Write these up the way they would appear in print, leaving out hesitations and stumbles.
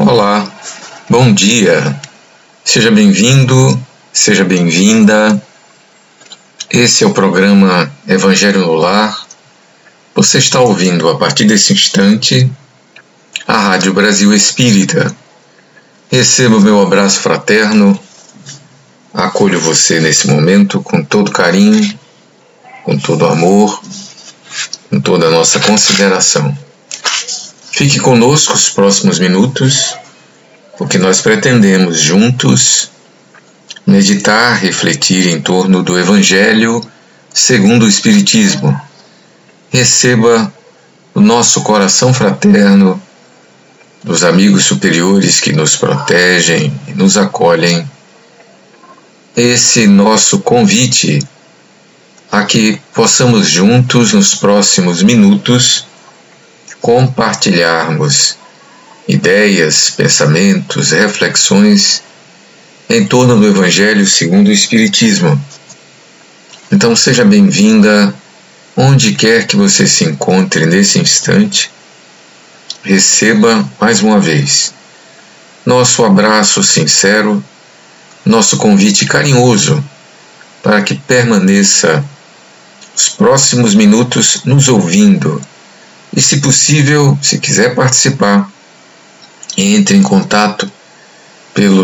Olá, bom dia, seja bem-vindo, seja bem-vinda. Esse é o programa Evangelho no Lar. Você está ouvindo a partir desse instante a Rádio Brasil Espírita. Receba o meu abraço fraterno, acolho você nesse momento com todo carinho, com todo amor, com toda a nossa consideração. Fique conosco os próximos minutos, porque nós pretendemos juntos meditar, refletir em torno do Evangelho segundo o Espiritismo. Receba o nosso coração fraterno dos amigos superiores que nos protegem e nos acolhem. Esse nosso convite a que possamos juntos, nos próximos minutos, compartilharmos ideias, pensamentos, reflexões em torno do Evangelho segundo o Espiritismo. Então seja bem-vinda, onde quer que você se encontre nesse instante. Receba mais uma vez nosso abraço sincero, nosso convite carinhoso para que permaneça os próximos minutos nos ouvindo. E, se possível, se quiser participar, entre em contato pelo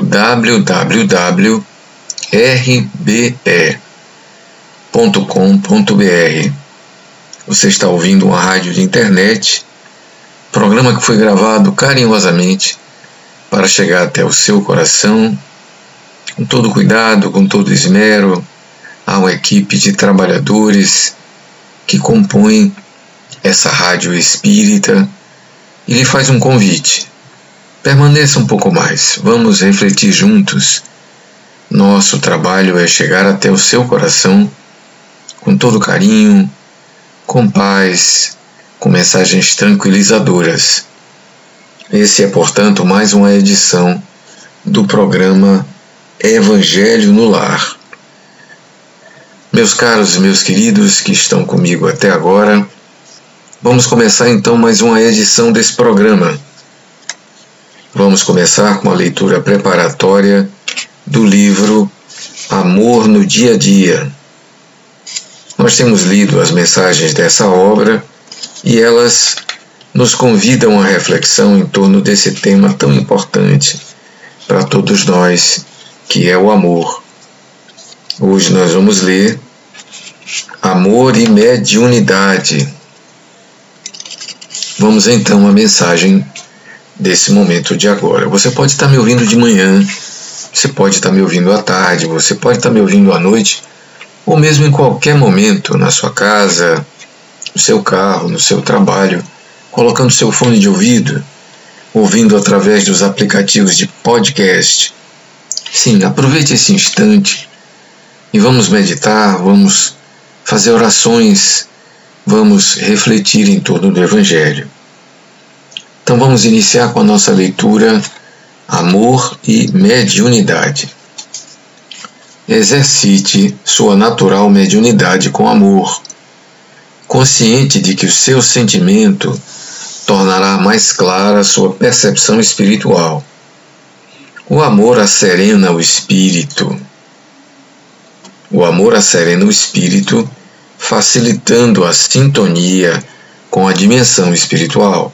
www.rbe.com.br. Você está ouvindo uma rádio de internet, programa que foi gravado carinhosamente para chegar até o seu coração, com todo cuidado, com todo esmero. Há uma equipe de trabalhadores que compõem essa rádio espírita e lhe faz um convite. Permaneça um pouco mais, vamos refletir juntos. Nosso trabalho é chegar até o seu coração com todo carinho, com paz, com mensagens tranquilizadoras. Esse é, portanto, mais uma edição do programa Evangelho no Lar. Meus caros e meus queridos que estão comigo até agora, vamos começar então mais uma edição desse programa. Vamos começar com a leitura preparatória do livro Amor no Dia a Dia. Nós temos lido as mensagens dessa obra e elas nos convidam à reflexão em torno desse tema tão importante para todos nós, que é o amor. Hoje nós vamos ler Amor e Mediunidade. Vamos então à mensagem desse momento de agora. Você pode estar me ouvindo de manhã, você pode estar me ouvindo à tarde, você pode estar me ouvindo à noite, ou mesmo em qualquer momento, na sua casa, no seu carro, no seu trabalho, colocando seu fone de ouvido, ouvindo através dos aplicativos de podcast. Sim, aproveite esse instante e vamos meditar, vamos fazer orações, vamos refletir em torno do Evangelho. Então vamos iniciar com a nossa leitura Amor e Mediunidade. Exercite sua natural mediunidade com amor, consciente de que o seu sentimento tornará mais clara sua percepção espiritual. O amor asserena o espírito. O amor asserena o espírito, facilitando a sintonia com a dimensão espiritual.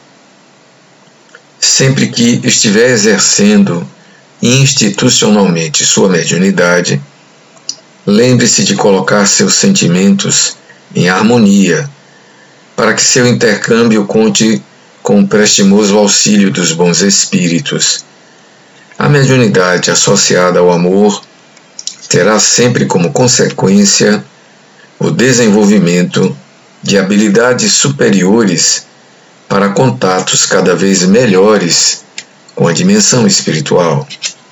Sempre que estiver exercendo institucionalmente sua mediunidade, lembre-se de colocar seus sentimentos em harmonia, para que seu intercâmbio conte com o prestimoso auxílio dos bons espíritos. A mediunidade associada ao amor terá sempre como consequência o desenvolvimento de habilidades superiores para contatos cada vez melhores com a dimensão espiritual.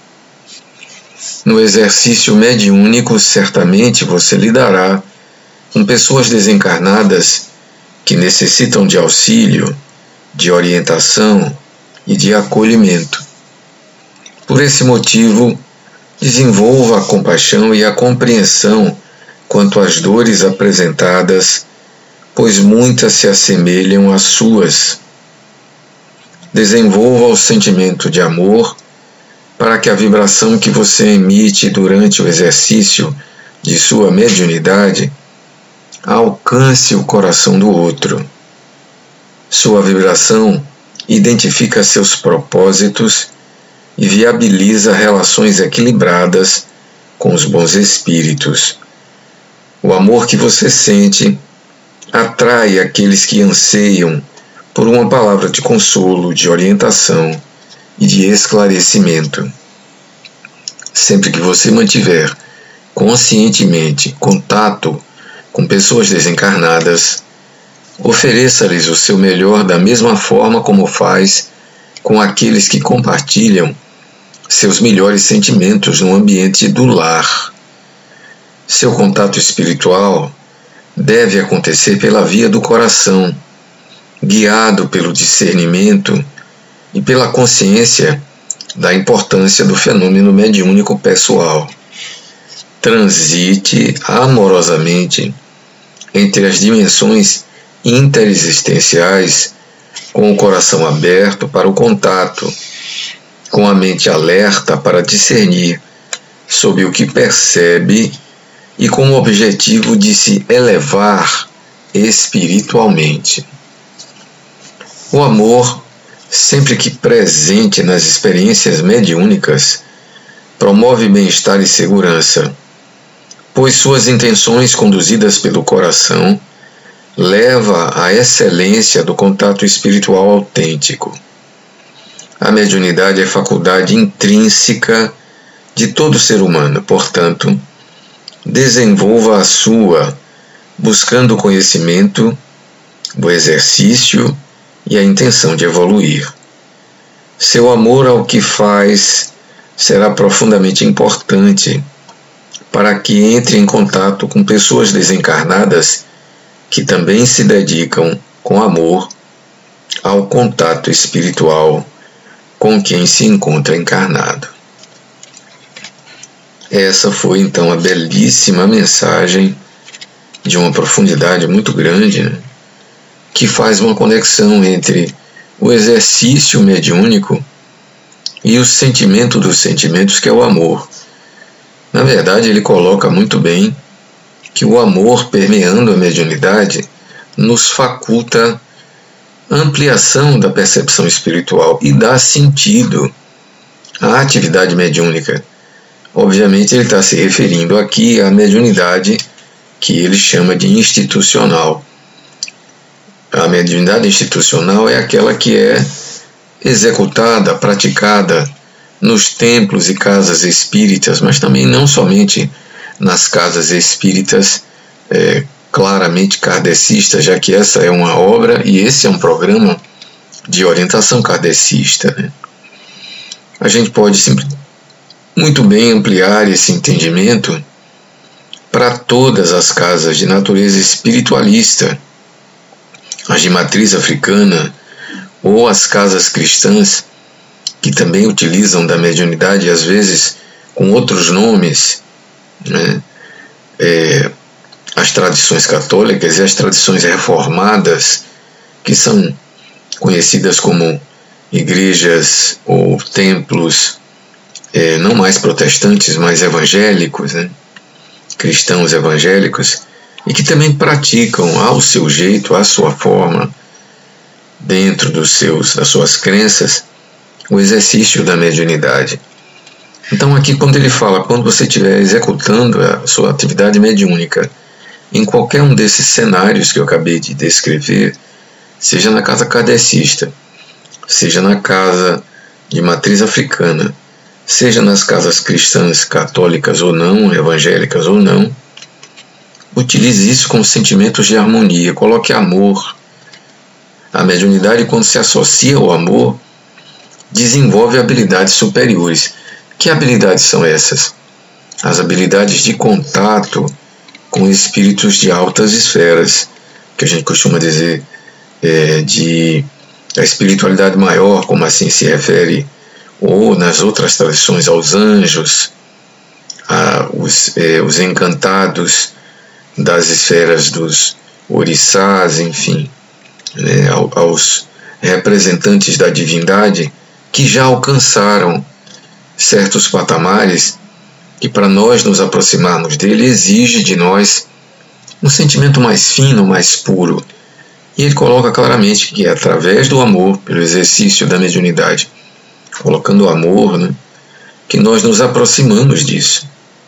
No exercício mediúnico, certamente você lidará com pessoas desencarnadas que necessitam de auxílio, de orientação e de acolhimento. Por esse motivo, desenvolva a compaixão e a compreensão quanto às dores apresentadas, pois muitas se assemelham às suas. desenvolva o sentimento de amor para que a vibração que você emite durante o exercício de sua mediunidade alcance o coração do outro. Sua vibração identifica seus propósitos e viabiliza relações equilibradas com os bons espíritos. O amor que você sente atrai aqueles que anseiam por uma palavra de consolo, de orientação e de esclarecimento. Sempre que você mantiver conscientemente contato com pessoas desencarnadas, ofereça-lhes o seu melhor da mesma forma como faz com aqueles que compartilham seus melhores sentimentos no ambiente do lar. Seu contato espiritual deve acontecer pela via do coração, guiado pelo discernimento e pela consciência da importância do fenômeno mediúnico pessoal. Transite amorosamente entre as dimensões interexistenciais com o coração aberto para o contato, com a mente alerta para discernir sobre o que percebe e com o objetivo de se elevar espiritualmente. O amor, sempre que presente nas experiências mediúnicas, promove bem-estar e segurança, pois suas intenções conduzidas pelo coração leva à excelência do contato espiritual autêntico. A mediunidade é faculdade intrínseca de todo ser humano, portanto, desenvolva a sua, buscando o conhecimento, o exercício e a intenção de evoluir. Seu amor ao que faz será profundamente importante para que entre em contato com pessoas desencarnadas que também se dedicam com amor ao contato espiritual com quem se encontra encarnado. Essa foi então a belíssima mensagem de uma profundidade muito grande, né, que faz uma conexão entre o exercício mediúnico e o sentimento dos sentimentos, que é o amor. Na verdade, ele coloca muito bem que o amor, permeando a mediunidade, nos faculta ampliação da percepção espiritual e dá sentido à atividade mediúnica. Obviamente, ele está se referindo aqui à mediunidade que ele chama de institucional. A mediunidade institucional é aquela que é executada, praticada nos templos e casas espíritas, mas também não somente nas casas espíritas claramente kardecistas, já que essa é uma obra e esse é um programa de orientação kardecista, né? A gente pode muito bem ampliar esse entendimento para todas as casas de natureza espiritualista, as de matriz africana ou as casas cristãs, que também utilizam da mediunidade, às vezes com outros nomes, né? As tradições católicas e as tradições reformadas, que são conhecidas como igrejas ou templos não mais protestantes, mas evangélicos, né? Cristãos evangélicos, e que também praticam ao seu jeito, à sua forma, dentro das suas crenças, o exercício da mediunidade. Então aqui, quando ele fala, quando você estiver executando a sua atividade mediúnica em qualquer um desses cenários que eu acabei de descrever, seja na casa kardecista, seja na casa de matriz africana, seja nas casas cristãs, católicas ou não, evangélicas ou não, utilize isso com sentimentos de harmonia, coloque amor. A mediunidade, quando se associa ao amor, desenvolve habilidades superiores. Que habilidades são essas? As habilidades de contato com espíritos de altas esferas, que a gente costuma dizer de a espiritualidade maior, como assim se refere, ou nas outras tradições aos anjos, os encantados das esferas dos orixás, enfim, aos representantes da divindade que já alcançaram certos patamares que, para nós nos aproximarmos dele, exige de nós um sentimento mais fino, mais puro. E ele coloca claramente que é através do amor, pelo exercício da mediunidade, colocando o amor, né, que nós nos aproximamos disso.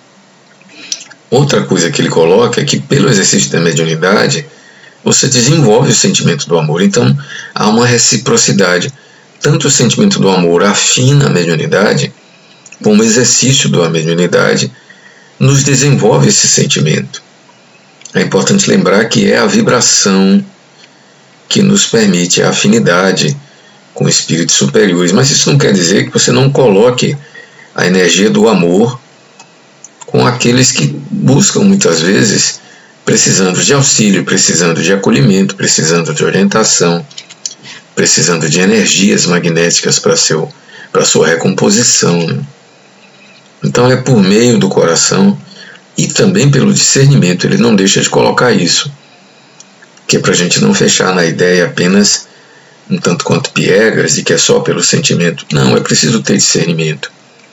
Outra coisa que ele coloca é que pelo exercício da mediunidade você desenvolve o sentimento do amor. Então há uma reciprocidade. Tanto o sentimento do amor afina a mediunidade, como o exercício da mediunidade nos desenvolve esse sentimento. É importante lembrar que é a vibração que nos permite a afinidade com espíritos superiores. Mas isso não quer dizer que você não coloque a energia do amor com aqueles que buscam muitas vezes precisando de auxílio, precisando de acolhimento, precisando de orientação, precisando de energias magnéticas para sua recomposição, né? Então é por meio do coração e também pelo discernimento. Ele não deixa de colocar isso, que é para a gente não fechar na ideia apenas um tanto quanto piegas de que é só pelo sentimento. Não, é preciso ter discernimento,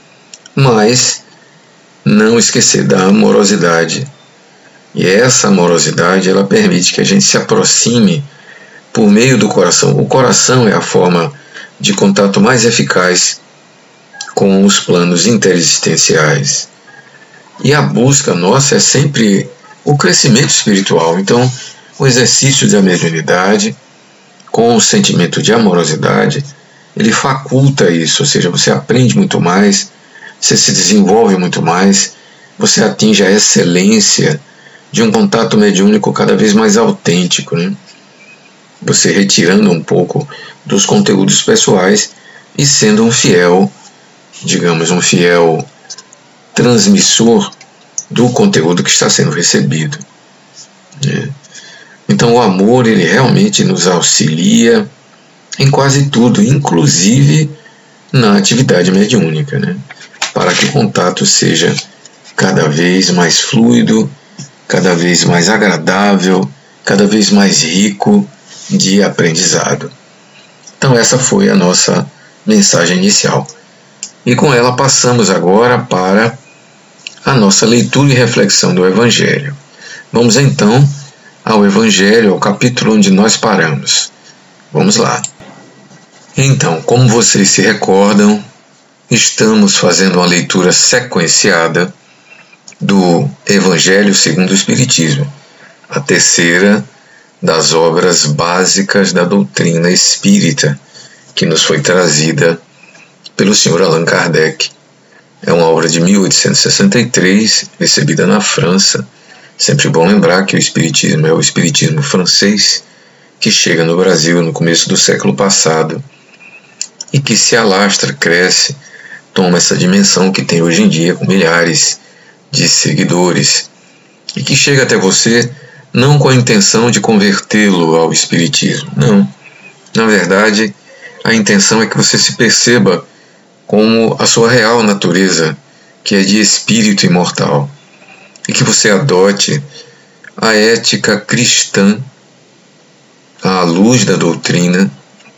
mas não esquecer da amorosidade. E essa amorosidade, ela permite que a gente se aproxime por meio do coração. O coração é a forma de contato mais eficaz com os planos interexistenciais. E a busca nossa é sempre o crescimento espiritual. Então, o exercício da mediunidade, com o sentimento de amorosidade, ele faculta isso, ou seja, você aprende muito mais, você se desenvolve muito mais, você atinge a excelência de um contato mediúnico cada vez mais autêntico, né? Você retirando um pouco dos conteúdos pessoais e sendo um fiel, digamos, um fiel transmissor do conteúdo que está sendo recebido, né? Então o amor, ele realmente nos auxilia em quase tudo, inclusive na atividade mediúnica, né? Para que o contato seja cada vez mais fluido, cada vez mais agradável, cada vez mais rico de aprendizado. Então essa foi a nossa mensagem inicial. E com ela passamos agora para a nossa leitura e reflexão do Evangelho. Vamos então ao Evangelho, ao capítulo onde nós paramos. Vamos lá. Então, como vocês se recordam, estamos fazendo uma leitura sequenciada do Evangelho segundo o Espiritismo, a terceira das obras básicas da doutrina espírita, que nos foi trazida pelo Sr. Allan Kardec. É uma obra de 1863, recebida na França. Sempre bom lembrar que o Espiritismo é o Espiritismo francês, que chega no Brasil no começo do século passado e que se alastra, cresce, toma essa dimensão que tem hoje em dia, com milhares de seguidores, e que chega até você não com a intenção de convertê-lo ao Espiritismo. Não. Na verdade, a intenção é que você se perceba como a sua real natureza, que é de espírito imortal, e que você adote a ética cristã à luz da doutrina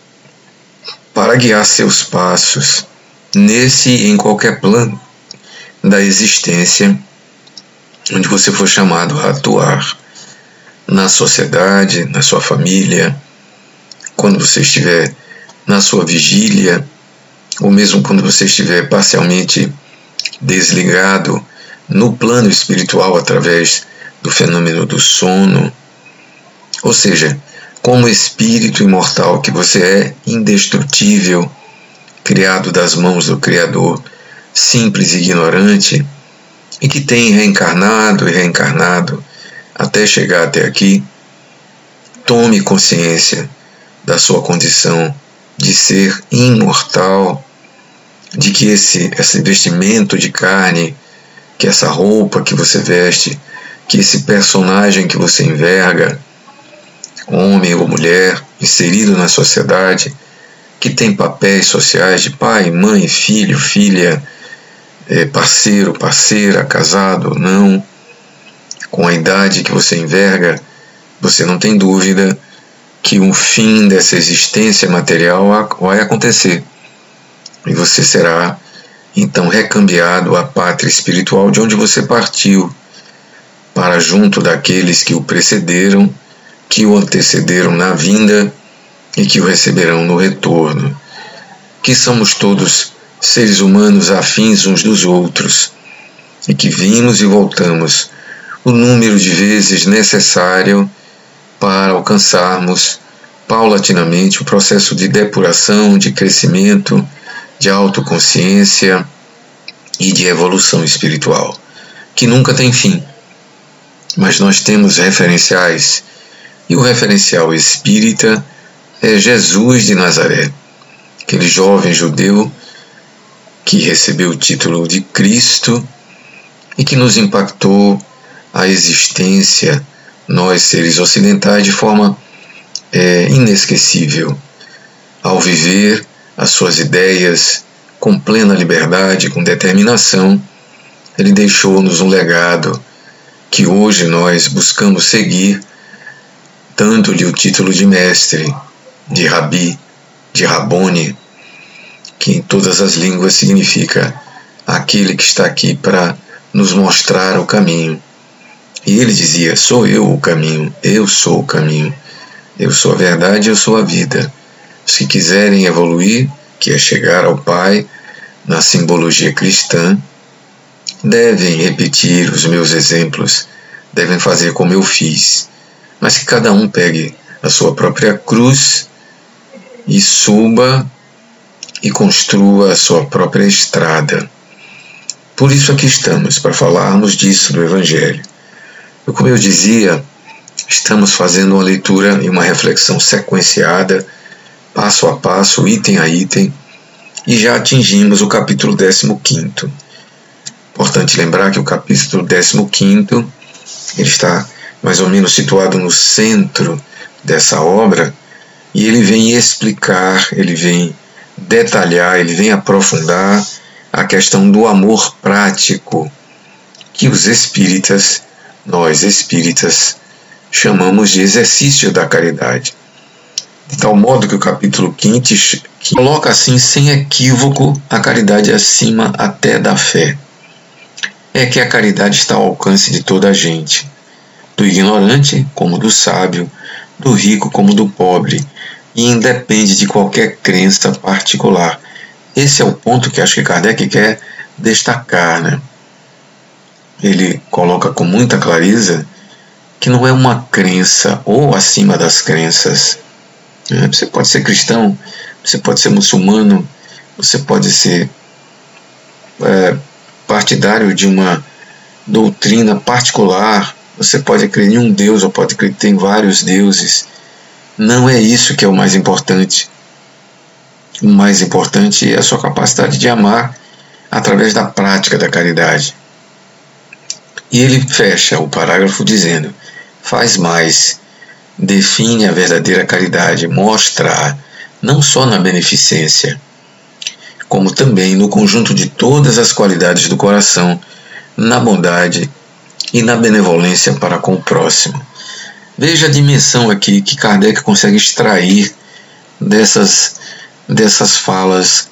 para guiar seus passos nesse e em qualquer plano da existência onde você for chamado a atuar, na sociedade, na sua família, quando você estiver na sua vigília, ou mesmo quando você estiver parcialmente desligado no plano espiritual através do fenômeno do sono. Ou seja, como espírito imortal que você é, indestrutível, criado das mãos do Criador, simples e ignorante, e que tem reencarnado e reencarnado até chegar até aqui, tome consciência da sua condição de ser imortal, de que esse vestimento de carne, que essa roupa que você veste, que esse personagem que você enverga, homem ou mulher, inserido na sociedade, que tem papéis sociais de pai, mãe, filho, filha, parceiro, parceira, casado ou não, com a idade que você enverga, você não tem dúvida que um fim dessa existência material vai acontecer. E você será então recambiado à pátria espiritual de onde você partiu, para junto daqueles que o precederam, que o antecederam na vinda e que o receberão no retorno, que somos todos seres humanos afins uns dos outros, e que vimos e voltamos o número de vezes necessário para alcançarmos paulatinamente o processo de depuração, de crescimento, de autoconsciência e de evolução espiritual, que nunca tem fim. Mas nós temos referenciais, e o referencial espírita é Jesus de Nazaré, aquele jovem judeu que recebeu o título de Cristo e que nos impactou a existência, nós seres ocidentais, de forma inesquecível, ao viver as suas ideias com plena liberdade, com determinação. Ele deixou-nos um legado que hoje nós buscamos seguir, dando-lhe o título de mestre, de rabi, de Rabone, que em todas as línguas significa aquele que está aqui para nos mostrar o caminho. E ele dizia: sou eu o caminho, eu sou o caminho, eu sou a verdade, eu sou a vida. Os que quiserem evoluir, que é chegar ao Pai, na simbologia cristã, devem repetir os meus exemplos, devem fazer como eu fiz, mas que cada um pegue a sua própria cruz e suba e construa a sua própria estrada. Por isso aqui estamos, para falarmos disso do Evangelho. Como eu dizia, estamos fazendo uma leitura e uma reflexão sequenciada, passo a passo, item a item, e já atingimos o capítulo 15º. Importante lembrar que o capítulo 15º, ele está mais ou menos situado no centro dessa obra, e ele vem explicar, ele vem detalhar, ele vem aprofundar a questão do amor prático, que os espíritas, nós espíritas, chamamos de exercício da caridade. De tal modo que o capítulo 5 coloca assim, sem equívoco, a caridade acima até da fé. É que a caridade está ao alcance de toda a gente, do ignorante como do sábio, do rico como do pobre, e independe de qualquer crença particular. Esse é o ponto que acho que Kardec quer destacar, né? Ele coloca com muita clareza que não é uma crença ou acima das crenças. Você pode ser cristão, você pode ser muçulmano, você pode ser partidário de uma doutrina particular, você pode crer em um Deus ou pode crer em vários deuses. Não é isso que é o mais importante. O mais importante é a sua capacidade de amar através da prática da caridade. E ele fecha o parágrafo dizendo: faz mais, define a verdadeira caridade, mostra não só na beneficência, como também no conjunto de todas as qualidades do coração, na bondade e na benevolência para com o próximo. Veja a dimensão aqui que Kardec consegue extrair dessas falas,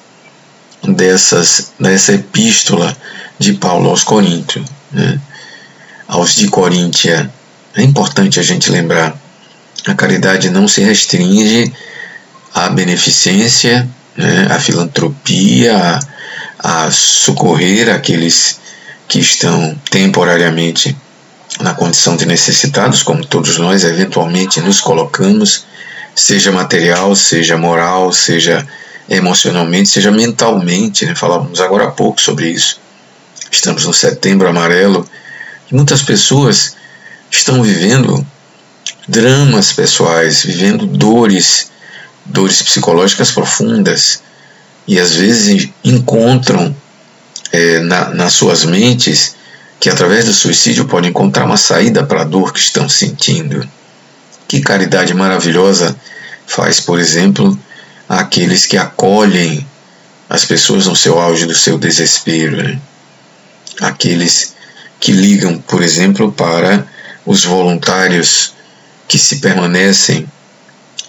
dessa epístola de Paulo aos Coríntios, né? Aos de Coríntia. É importante a gente lembrar, a caridade não se restringe à beneficência, né? À filantropia, a socorrer aqueles que estão temporariamente na condição de necessitados, como todos nós eventualmente nos colocamos, seja material, seja moral, seja emocionalmente, seja mentalmente, né? Falávamos agora há pouco sobre isso. Estamos no Setembro Amarelo e muitas pessoas estão vivendo dramas pessoais, vivendo dores psicológicas profundas, e às vezes encontram nas suas mentes que através do suicídio podem encontrar uma saída para a dor que estão sentindo. Que caridade maravilhosa faz, por exemplo, àqueles que acolhem as pessoas no seu auge do seu desespero, né? Aqueles que ligam, por exemplo, para os voluntários que se permanecem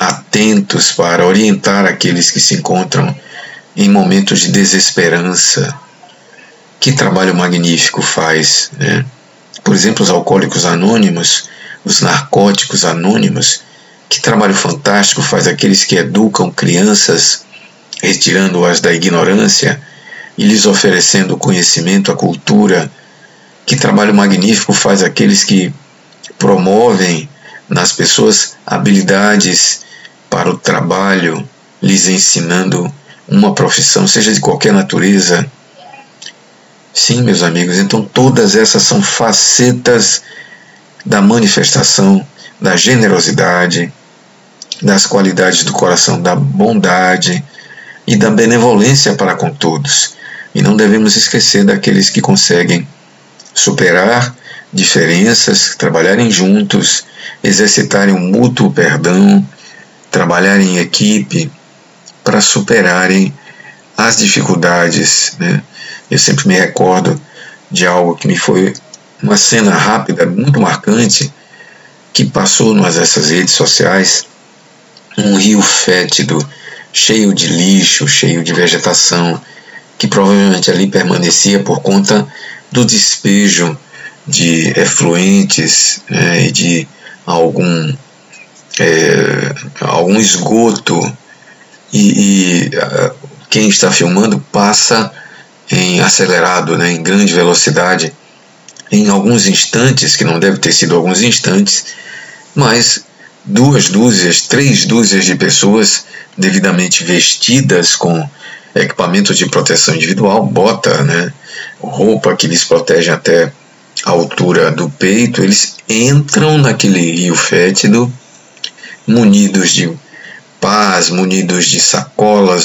atentos para orientar aqueles que se encontram em momentos de desesperança. Que trabalho magnífico faz, né? Por exemplo, os alcoólicos anônimos, os narcóticos anônimos. Que trabalho fantástico faz aqueles que educam crianças, retirando-as da ignorância e lhes oferecendo o conhecimento, a cultura. Que trabalho magnífico faz aqueles que promovem nas pessoas habilidades para o trabalho, lhes ensinando uma profissão, seja de qualquer natureza. Sim, meus amigos, então todas essas são facetas da manifestação da generosidade, das qualidades do coração, da bondade e da benevolência para com todos. E não devemos esquecer daqueles que conseguem superar diferenças, trabalharem juntos, exercitarem o mútuo perdão, trabalharem em equipe para superarem as dificuldades, né? Eu sempre me recordo de algo que me foi uma cena rápida, muito marcante, que passou nessas redes sociais, um rio fétido, cheio de lixo, cheio de vegetação, que provavelmente ali permanecia por conta do despejo de efluentes, né, e de algum esgoto, e quem está filmando passa em acelerado, né, em grande velocidade, em alguns instantes, que não deve ter sido alguns instantes, mas 2 dúzias, 3 dúzias de pessoas devidamente vestidas com equipamento de proteção individual, bota, né, roupa que lhes protege até a altura do peito, eles entram naquele rio fétido, munidos de pás, munidos de sacolas,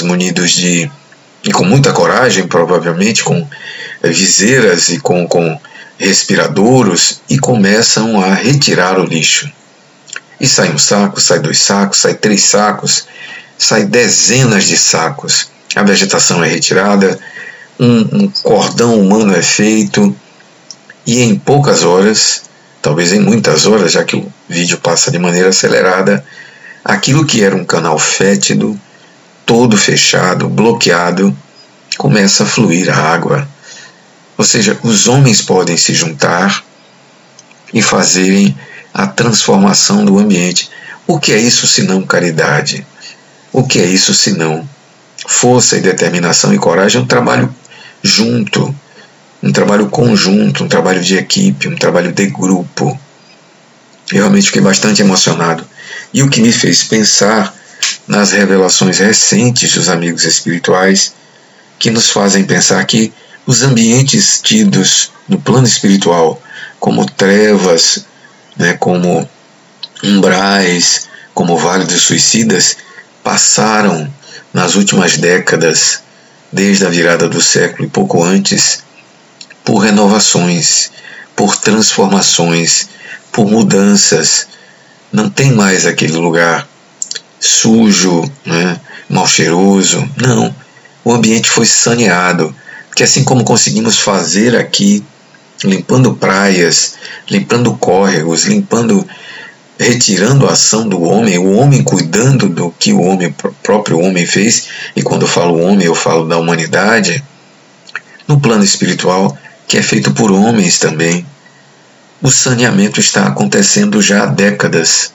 e com muita coragem, provavelmente, com viseiras e com respiradouros, e começam a retirar o lixo. E sai um saco, sai 2 sacos, sai 3 sacos, sai dezenas de sacos. A vegetação é retirada, um cordão humano é feito, e em poucas horas, talvez em muitas horas, já que o vídeo passa de maneira acelerada, aquilo que era um canal fétido, todo fechado, bloqueado, começa a fluir a água. Ou seja, os homens podem se juntar e fazerem a transformação do ambiente. O que é isso senão caridade? O que é isso senão força e determinação e coragem? Um trabalho junto, um trabalho conjunto, um trabalho de equipe, um trabalho de grupo. Eu realmente fiquei bastante emocionado. E o que me fez pensar nas revelações recentes dos amigos espirituais, que nos fazem pensar que os ambientes tidos no plano espiritual como trevas, né, como umbrais, como Vale dos Suicidas, passaram nas últimas décadas, desde a virada do século e pouco antes, por renovações, por transformações, por mudanças. Não tem mais aquele lugar sujo, né, mal cheiroso. Não, o ambiente foi saneado, que assim como conseguimos fazer aqui, limpando praias, limpando córregos, retirando a ação do homem, o homem cuidando do que o próprio homem fez, e quando eu falo homem, eu falo da humanidade, no plano espiritual, que é feito por homens também. O saneamento está acontecendo já há décadas.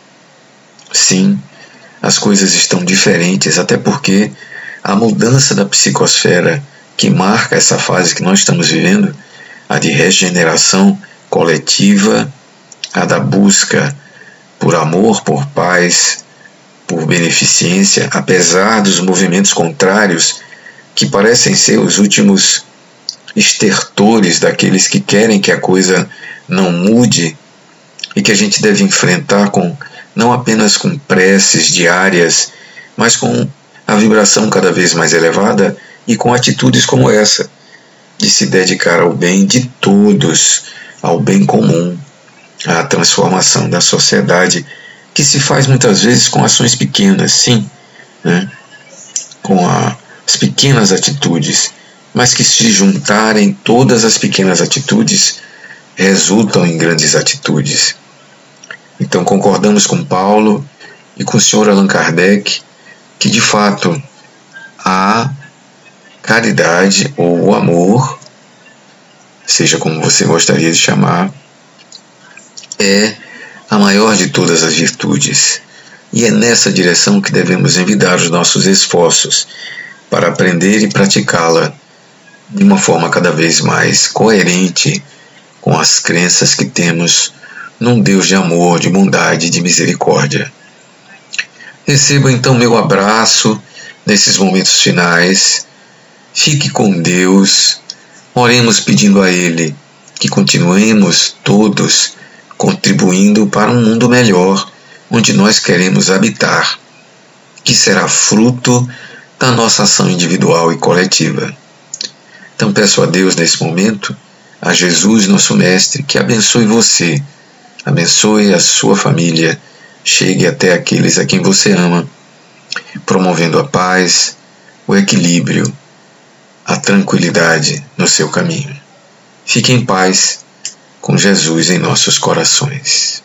Sim, as coisas estão diferentes, até porque a mudança da psicosfera que marca essa fase que nós estamos vivendo, a de regeneração coletiva, a da busca por amor, por paz, por beneficência, apesar dos movimentos contrários que parecem ser os últimos estertores daqueles que querem que a coisa não mude, e que a gente deve enfrentar não apenas com preces diárias, mas com a vibração cada vez mais elevada e com atitudes como essa, de se dedicar ao bem de todos, ao bem comum, à transformação da sociedade, que se faz muitas vezes com ações pequenas, sim, né? Com as pequenas atitudes, mas que se juntarem todas as pequenas atitudes, resultam em grandes atitudes. Então concordamos com Paulo e com o Sr. Allan Kardec que, de fato, a caridade ou o amor, seja como você gostaria de chamar, é a maior de todas as virtudes. E é nessa direção que devemos envidar os nossos esforços para aprender e praticá-la de uma forma cada vez mais coerente com as crenças que temos num Deus de amor, de bondade e de misericórdia. Receba então meu abraço nesses momentos finais. Fique com Deus. Oremos pedindo a Ele que continuemos todos contribuindo para um mundo melhor, onde nós queremos habitar, que será fruto da nossa ação individual e coletiva. Então peço a Deus nesse momento, a Jesus, nosso Mestre, que abençoe você, abençoe a sua família, chegue até aqueles a quem você ama, promovendo a paz, o equilíbrio, a tranquilidade no seu caminho. Fique em paz com Jesus em nossos corações.